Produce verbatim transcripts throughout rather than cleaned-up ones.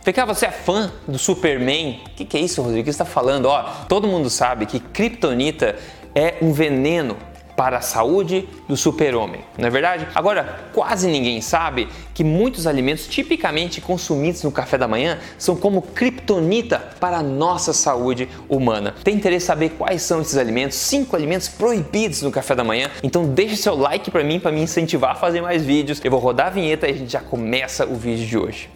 Vem cá, você é fã do Superman? O que, que é isso, Rodrigo? O que você está falando? Ó, todo mundo sabe que Kryptonita é um veneno para a saúde do super-homem, não é verdade? Agora, quase ninguém sabe que muitos alimentos tipicamente consumidos no café da manhã são como Kryptonita para a nossa saúde humana. Tem interesse em saber quais são esses alimentos? Cinco alimentos proibidos no café da manhã? Então deixa seu like para mim, para me incentivar a fazer mais vídeos. Eu vou rodar a vinheta e a gente já começa o vídeo de hoje.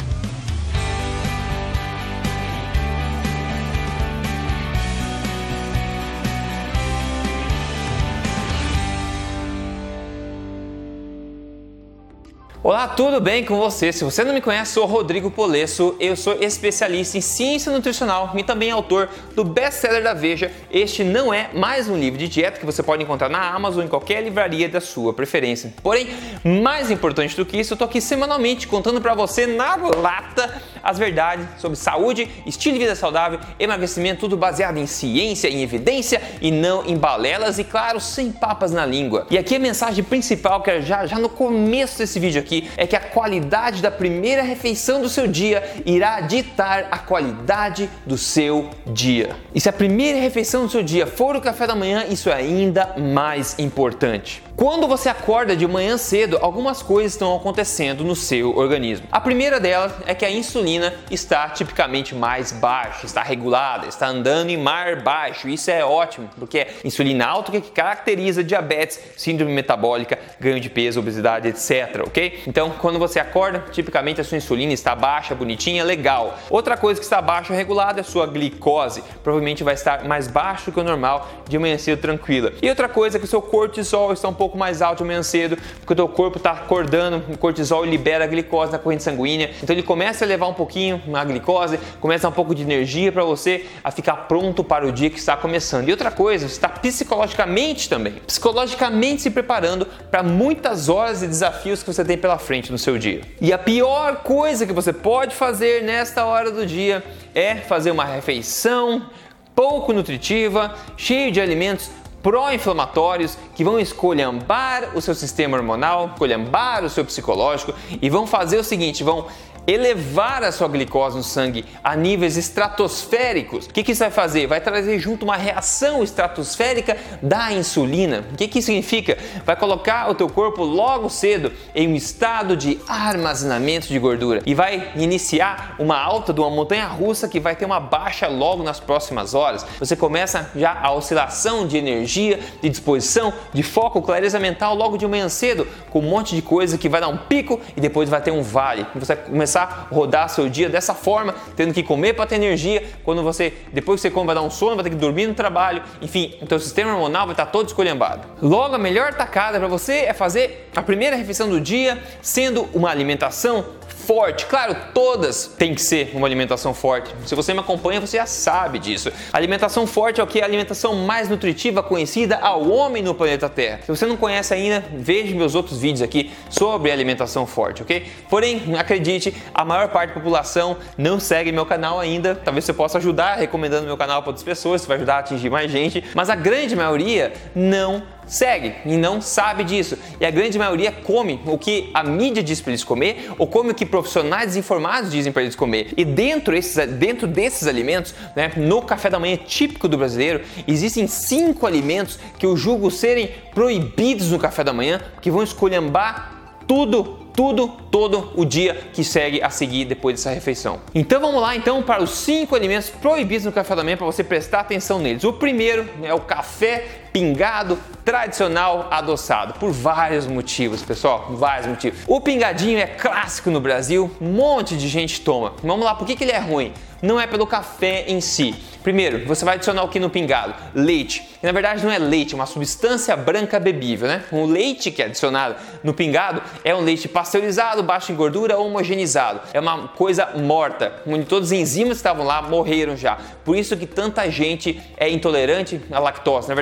Olá, tudo bem com você? Se você não me conhece, sou Rodrigo Polesso, eu sou especialista em ciência nutricional e também autor do best-seller da Veja. Este não é mais um livro de dieta que você pode encontrar na Amazon ou em qualquer livraria da sua preferência. Porém, mais importante do que isso, eu tô aqui semanalmente contando para você na lata as verdades sobre saúde, estilo de vida saudável, emagrecimento, tudo baseado em ciência, em evidência e não em balelas e, claro, sem papas na língua. E aqui a mensagem principal que é já, já no começo desse vídeo aqui é que a qualidade da primeira refeição do seu dia irá ditar a qualidade do seu dia. E se a primeira refeição do seu dia for o café da manhã, isso é ainda mais importante. Quando você acorda de manhã cedo, algumas coisas estão acontecendo no seu organismo. A primeira delas é que a insulina está tipicamente mais baixa, está regulada, está andando em mar baixo. Isso é ótimo, porque é insulina alta que caracteriza diabetes, síndrome metabólica, ganho de peso, obesidade, etcétera, ok? Então, quando você acorda, tipicamente a sua insulina está baixa, bonitinha, legal. Outra coisa que está baixa, regulada, é a sua glicose. Provavelmente vai estar mais baixo que o normal de manhã cedo, tranquila. E outra coisa é que o seu cortisol está um pouco mais alto de manhã cedo, porque o teu corpo está acordando, o cortisol libera a glicose na corrente sanguínea, então ele começa a levar um pouquinho a glicose, começa a dar um pouco de energia para você a ficar pronto para o dia que está começando. E outra coisa, você está psicologicamente também, psicologicamente se preparando para muitas horas de desafios que você tem pela frente no seu dia. E a pior coisa que você pode fazer nesta hora do dia é fazer uma refeição pouco nutritiva, cheia de alimentos pró-inflamatórios que vão esculhambar o seu sistema hormonal, esculhambar o seu psicológico e vão fazer o seguinte, vão elevar a sua glicose no sangue a níveis estratosféricos. O que, que isso vai fazer? Vai trazer junto uma reação estratosférica da insulina. O que, que isso significa? Vai colocar o teu corpo logo cedo em um estado de armazenamento de gordura e vai iniciar uma alta de uma montanha russa que vai ter uma baixa logo nas próximas horas. Você começa já a oscilação de energia, de disposição, de foco, clareza mental logo de manhã cedo, com um monte de coisa que vai dar um pico e depois vai ter um vale. Você vai começar a rodar seu dia dessa forma, tendo que comer para ter energia. Quando você, depois que você come, vai dar um sono, vai ter que dormir no trabalho, enfim, o teu sistema hormonal vai estar todo esculhambado. Logo, a melhor tacada para você é fazer a primeira refeição do dia sendo uma alimentação forte. Claro, todas têm que ser uma alimentação forte. Se você me acompanha, você já sabe disso. A alimentação forte é o que? A alimentação mais nutritiva conhecida ao homem no planeta Terra. Se você não conhece ainda, veja meus outros vídeos aqui sobre alimentação forte, ok? Porém, acredite, a maior parte da população não segue meu canal ainda. Talvez você possa ajudar recomendando meu canal para outras pessoas, isso vai ajudar a atingir mais gente, mas a grande maioria não segue e não sabe disso. E a grande maioria come o que a mídia diz para eles comer ou come o que profissionais desinformados dizem para eles comer. E dentro, esses, dentro desses alimentos, né, no café da manhã típico do brasileiro, existem cinco alimentos que eu julgo serem proibidos no café da manhã, que vão esculhambar tudo, tudo, todo o dia que segue a seguir depois dessa refeição. Então vamos lá então para os cinco alimentos proibidos no café da manhã para você prestar atenção neles. O primeiro é o café pingado tradicional adoçado, por vários motivos, pessoal, vários motivos. O pingadinho é clássico no Brasil, um monte de gente toma. Vamos lá, por que que ele é ruim? Não é pelo café em si. Primeiro, você vai adicionar o que no pingado? Leite. E, na verdade não é leite, é uma substância branca bebível, né? O leite que é adicionado no pingado é um leite pasteurizado, baixo em gordura, homogeneizado. É uma coisa morta, onde todas as enzimas que estavam lá morreram já. Por isso que tanta gente é intolerante à lactose. Na verdade, é intolerante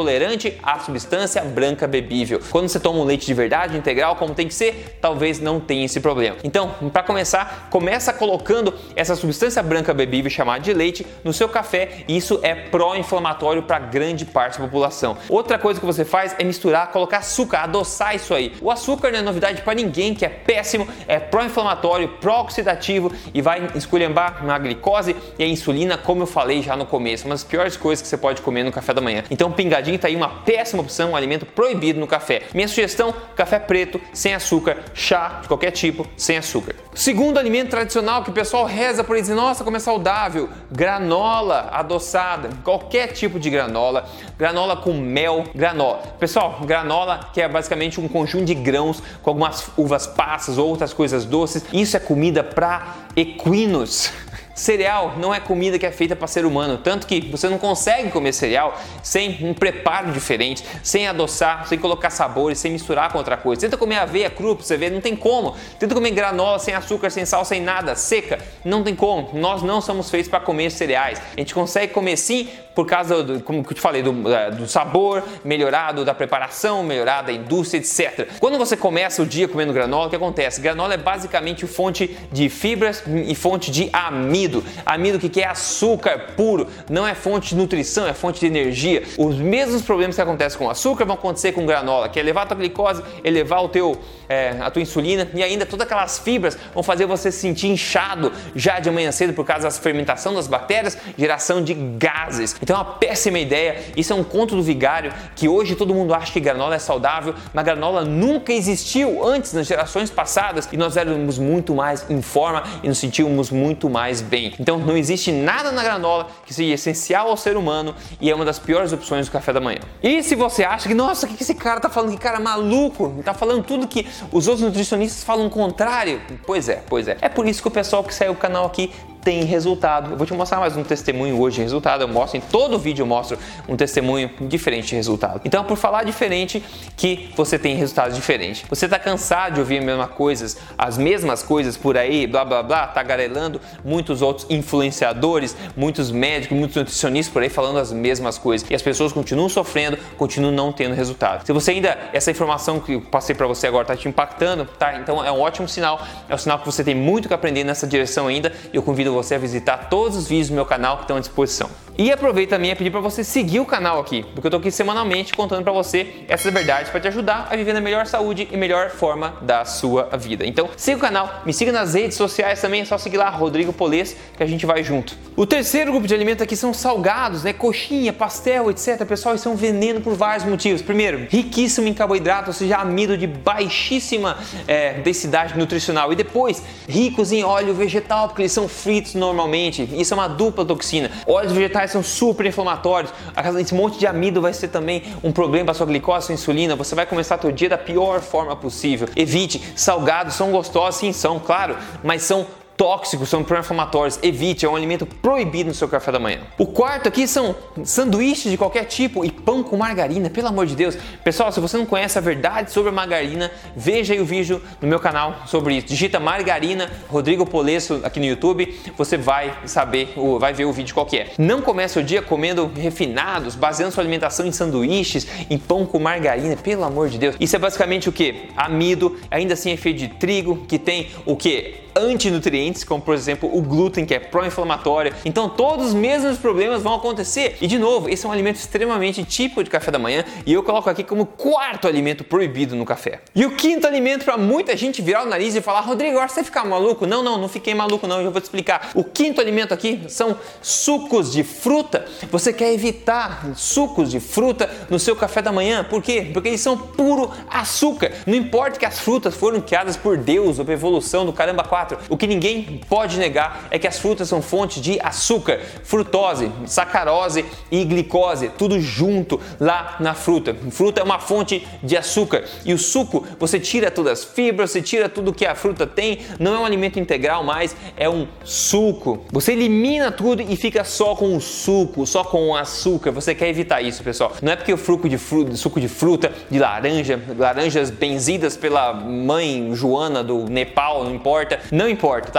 intolerante à substância branca bebível. Quando você toma um leite de verdade, integral, como tem que ser, talvez não tenha esse problema. Então, para começar, começa colocando essa substância branca bebível chamada de leite no seu café, e isso é pró-inflamatório para grande parte da população. Outra coisa que você faz é misturar, colocar açúcar, adoçar isso aí. O açúcar não é novidade para ninguém, que é péssimo, é pró-inflamatório, pró-oxidativo e vai esculhambar a glicose e a insulina, como eu falei já no começo, uma das piores coisas que você pode comer no café da manhã. Então, pingadinho tá aí uma péssima opção, um alimento proibido no café. Minha sugestão, café preto, sem açúcar, chá de qualquer tipo, sem açúcar. Segundo alimento tradicional que o pessoal reza por dizer, nossa, como é saudável, granola adoçada, qualquer tipo de granola, granola com mel, granola. Pessoal, granola que é basicamente um conjunto de grãos com algumas uvas passas ou outras coisas doces, isso é comida para equinos. Cereal não é comida que é feita para ser humano, tanto que você não consegue comer cereal sem um preparo diferente, sem adoçar, sem colocar sabores, sem misturar com outra coisa. Tenta comer aveia crua para você ver, não tem como. Tenta comer granola sem açúcar, sem sal, sem nada, seca, não tem como. Nós não somos feitos para comer cereais. A gente consegue comer sim por causa, do, como eu te falei, do, do sabor melhorado, da preparação melhorada, da indústria, etcétera. Quando você começa o dia comendo granola, o que acontece? Granola é basicamente fonte de fibras e fonte de amido. Amido que é açúcar puro, não é fonte de nutrição, é fonte de energia. Os mesmos problemas que acontecem com açúcar vão acontecer com granola, que é elevar a tua glicose, elevar o teu, é, a tua insulina e ainda todas aquelas fibras vão fazer você se sentir inchado já de manhã cedo por causa da fermentação das bactérias, geração de gases. Então é uma péssima ideia, isso é um conto do vigário, que hoje todo mundo acha que granola é saudável, mas granola nunca existiu antes nas gerações passadas e nós éramos muito mais em forma e nos sentíamos muito mais bem. Então não existe nada na granola que seja essencial ao ser humano e é uma das piores opções do café da manhã. E se você acha que, nossa, o que esse cara tá falando? Que cara maluco, tá falando tudo que os outros nutricionistas falam o contrário? Pois é, pois é. É por isso que o pessoal que saiu do canal aqui tem resultado. Eu vou te mostrar mais um testemunho hoje de resultado. Eu mostro em todo vídeo, eu mostro um testemunho diferente de resultado. Então, por falar diferente, que você tem resultados diferentes. Você está cansado de ouvir as mesmas coisas, as mesmas coisas por aí, blá blá blá, tagarelando, muitos outros influenciadores, muitos médicos, muitos nutricionistas por aí falando as mesmas coisas. E as pessoas continuam sofrendo, continuam não tendo resultado. Se você ainda, essa informação que eu passei para você agora está te impactando, tá? Então é um ótimo sinal, é um sinal que você tem muito que aprender nessa direção ainda. Eu convido você a visitar todos os vídeos do meu canal que estão à disposição. E aproveita também a pedir para você seguir o canal aqui, porque eu tô aqui semanalmente contando para você essas verdades para te ajudar a viver na melhor saúde e melhor forma da sua vida. Então, siga o canal, me siga nas redes sociais também, é só seguir lá, Rodrigo Polesso, que a gente vai junto. O terceiro grupo de alimentos aqui são salgados, né? Coxinha, pastel, etcétera. Pessoal, isso é um veneno por vários motivos. Primeiro, riquíssimo em carboidrato, ou seja, amido de baixíssima é, densidade nutricional. E depois, ricos em óleo vegetal, porque eles são fritos normalmente. Isso é uma dupla toxina. Óleos vegetais são super inflamatórios. Esse monte de amido vai ser também um problema para sua glicose, sua insulina. Você vai começar seu dia da pior forma possível. Evite. Salgados são gostosos, sim, são, claro, mas são tóxicos, são pró-inflamatórios. Evite, é um alimento proibido no seu café da manhã. O quarto aqui são sanduíches de qualquer tipo e pão com margarina, pelo amor de Deus. Pessoal, se você não conhece a verdade sobre a margarina, veja aí o vídeo no meu canal sobre isso. Digita margarina, Rodrigo Polesso aqui no YouTube, você vai saber, vai ver o vídeo qual que é. Não comece o dia comendo refinados, baseando sua alimentação em sanduíches, em pão com margarina, pelo amor de Deus. Isso é basicamente o que? Amido, ainda assim é feito de trigo, que tem o que? Antinutrientes, como por exemplo o glúten, que é pró-inflamatório. Então todos os mesmos problemas vão acontecer. E de novo, esse é um alimento extremamente típico de café da manhã e eu coloco aqui como quarto alimento proibido no café. E o quinto alimento para muita gente virar o nariz e falar: Rodrigo, agora você ficar maluco? Não, não, não fiquei maluco não, eu já vou te explicar. O quinto alimento aqui são sucos de fruta. Você quer evitar sucos de fruta no seu café da manhã? Por quê? Porque eles são puro açúcar. Não importa que as frutas foram criadas por Deus ou por evolução do caramba quatro. O que ninguém pode negar é que as frutas são fontes de açúcar, frutose, sacarose e glicose, tudo junto lá na fruta. Fruta é uma fonte de açúcar e o suco, você tira todas as fibras, você tira tudo que a fruta tem, não é um alimento integral mais, é um suco. Você elimina tudo e fica só com o suco, só com o açúcar. Você quer evitar isso, pessoal. Não é porque o suco de fruta, suco de fruta, de laranja, laranjas benzidas pela mãe Joana do Nepal, não importa. Não importa, tá?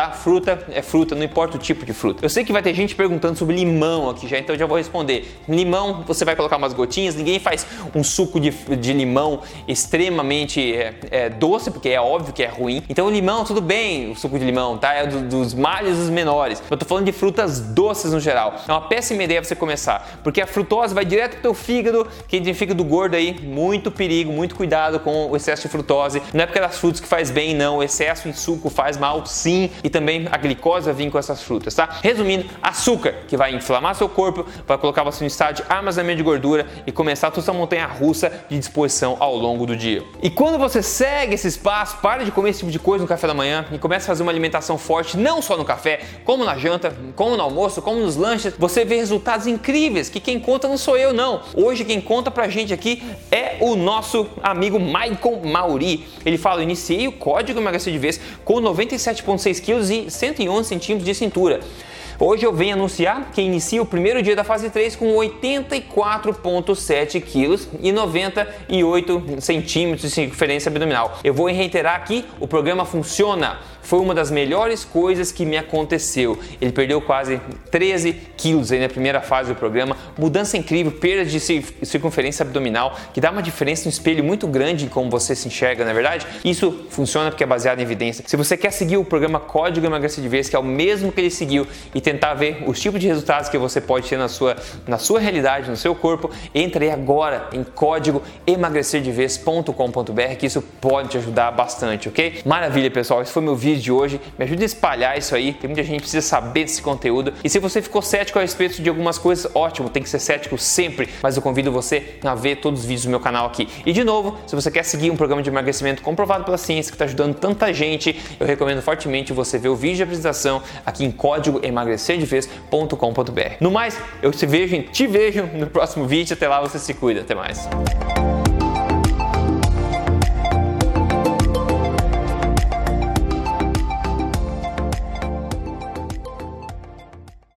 tá? Fruta é fruta, não importa o tipo de fruta. Eu sei que vai ter gente perguntando sobre limão aqui já, então eu já vou responder. Limão, você vai colocar umas gotinhas, ninguém faz um suco de, de limão extremamente é, é, doce, porque é óbvio que é ruim. Então o limão, tudo bem, o suco de limão, tá? É do, dos males os menores. Eu tô falando de frutas doces no geral. É uma péssima ideia você começar, porque a frutose vai direto pro teu fígado. Quem tem fígado gordo aí, muito perigo, muito cuidado com o excesso de frutose. Não é porque é das frutas que faz bem, não. O excesso em suco faz mal, sim, e também a glicose vai vir com essas frutas, tá? Resumindo, açúcar, que vai inflamar seu corpo, vai colocar você no estado de armazenamento de gordura e começar a tua montanha-russa de disposição ao longo do dia. E quando você segue esses passos, para de comer esse tipo de coisa no café da manhã e começa a fazer uma alimentação forte, não só no café, como na janta, como no almoço, como nos lanches, você vê resultados incríveis, que quem conta não sou eu, não. Hoje quem conta pra gente aqui é o nosso amigo Maicon Mauri. Ele fala: iniciei o código emagrecer de vez com noventa e sete vírgula seis quilos e cento e onze centímetros de cintura. Hoje eu venho anunciar que inicia o primeiro dia da fase três com oitenta e quatro vírgula sete quilos e noventa e oito centímetros de circunferência abdominal. Eu vou reiterar aqui, o programa funciona. Foi uma das melhores coisas que me aconteceu. Ele perdeu quase treze quilos aí na primeira fase do programa. Mudança incrível, perda de circunferência abdominal, que dá uma diferença no espelho muito grande em como você se enxerga, na verdade. Isso funciona porque é baseado em evidência. Se você quer seguir o programa Código Emagrecer de Vez, que é o mesmo que ele seguiu, e tentar ver os tipos de resultados que você pode ter na sua, na sua realidade, no seu corpo, entre aí agora em código emagrecer de vez ponto com ponto b r, que isso pode te ajudar bastante, ok? Maravilha, pessoal, esse foi meu vídeo de hoje. Me ajude a espalhar isso aí, tem muita gente que precisa saber desse conteúdo. E se você ficou cético a respeito de algumas coisas, ótimo, tem que ser cético sempre, mas eu convido você a ver todos os vídeos do meu canal aqui. E de novo, se você quer seguir um programa de emagrecimento comprovado pela ciência, que está ajudando tanta gente, eu recomendo fortemente você ver o vídeo de apresentação aqui em código emagrecer de vez ponto com ponto b r. No mais, eu te vejo, te vejo no próximo vídeo. Até lá, você se cuida. Até mais.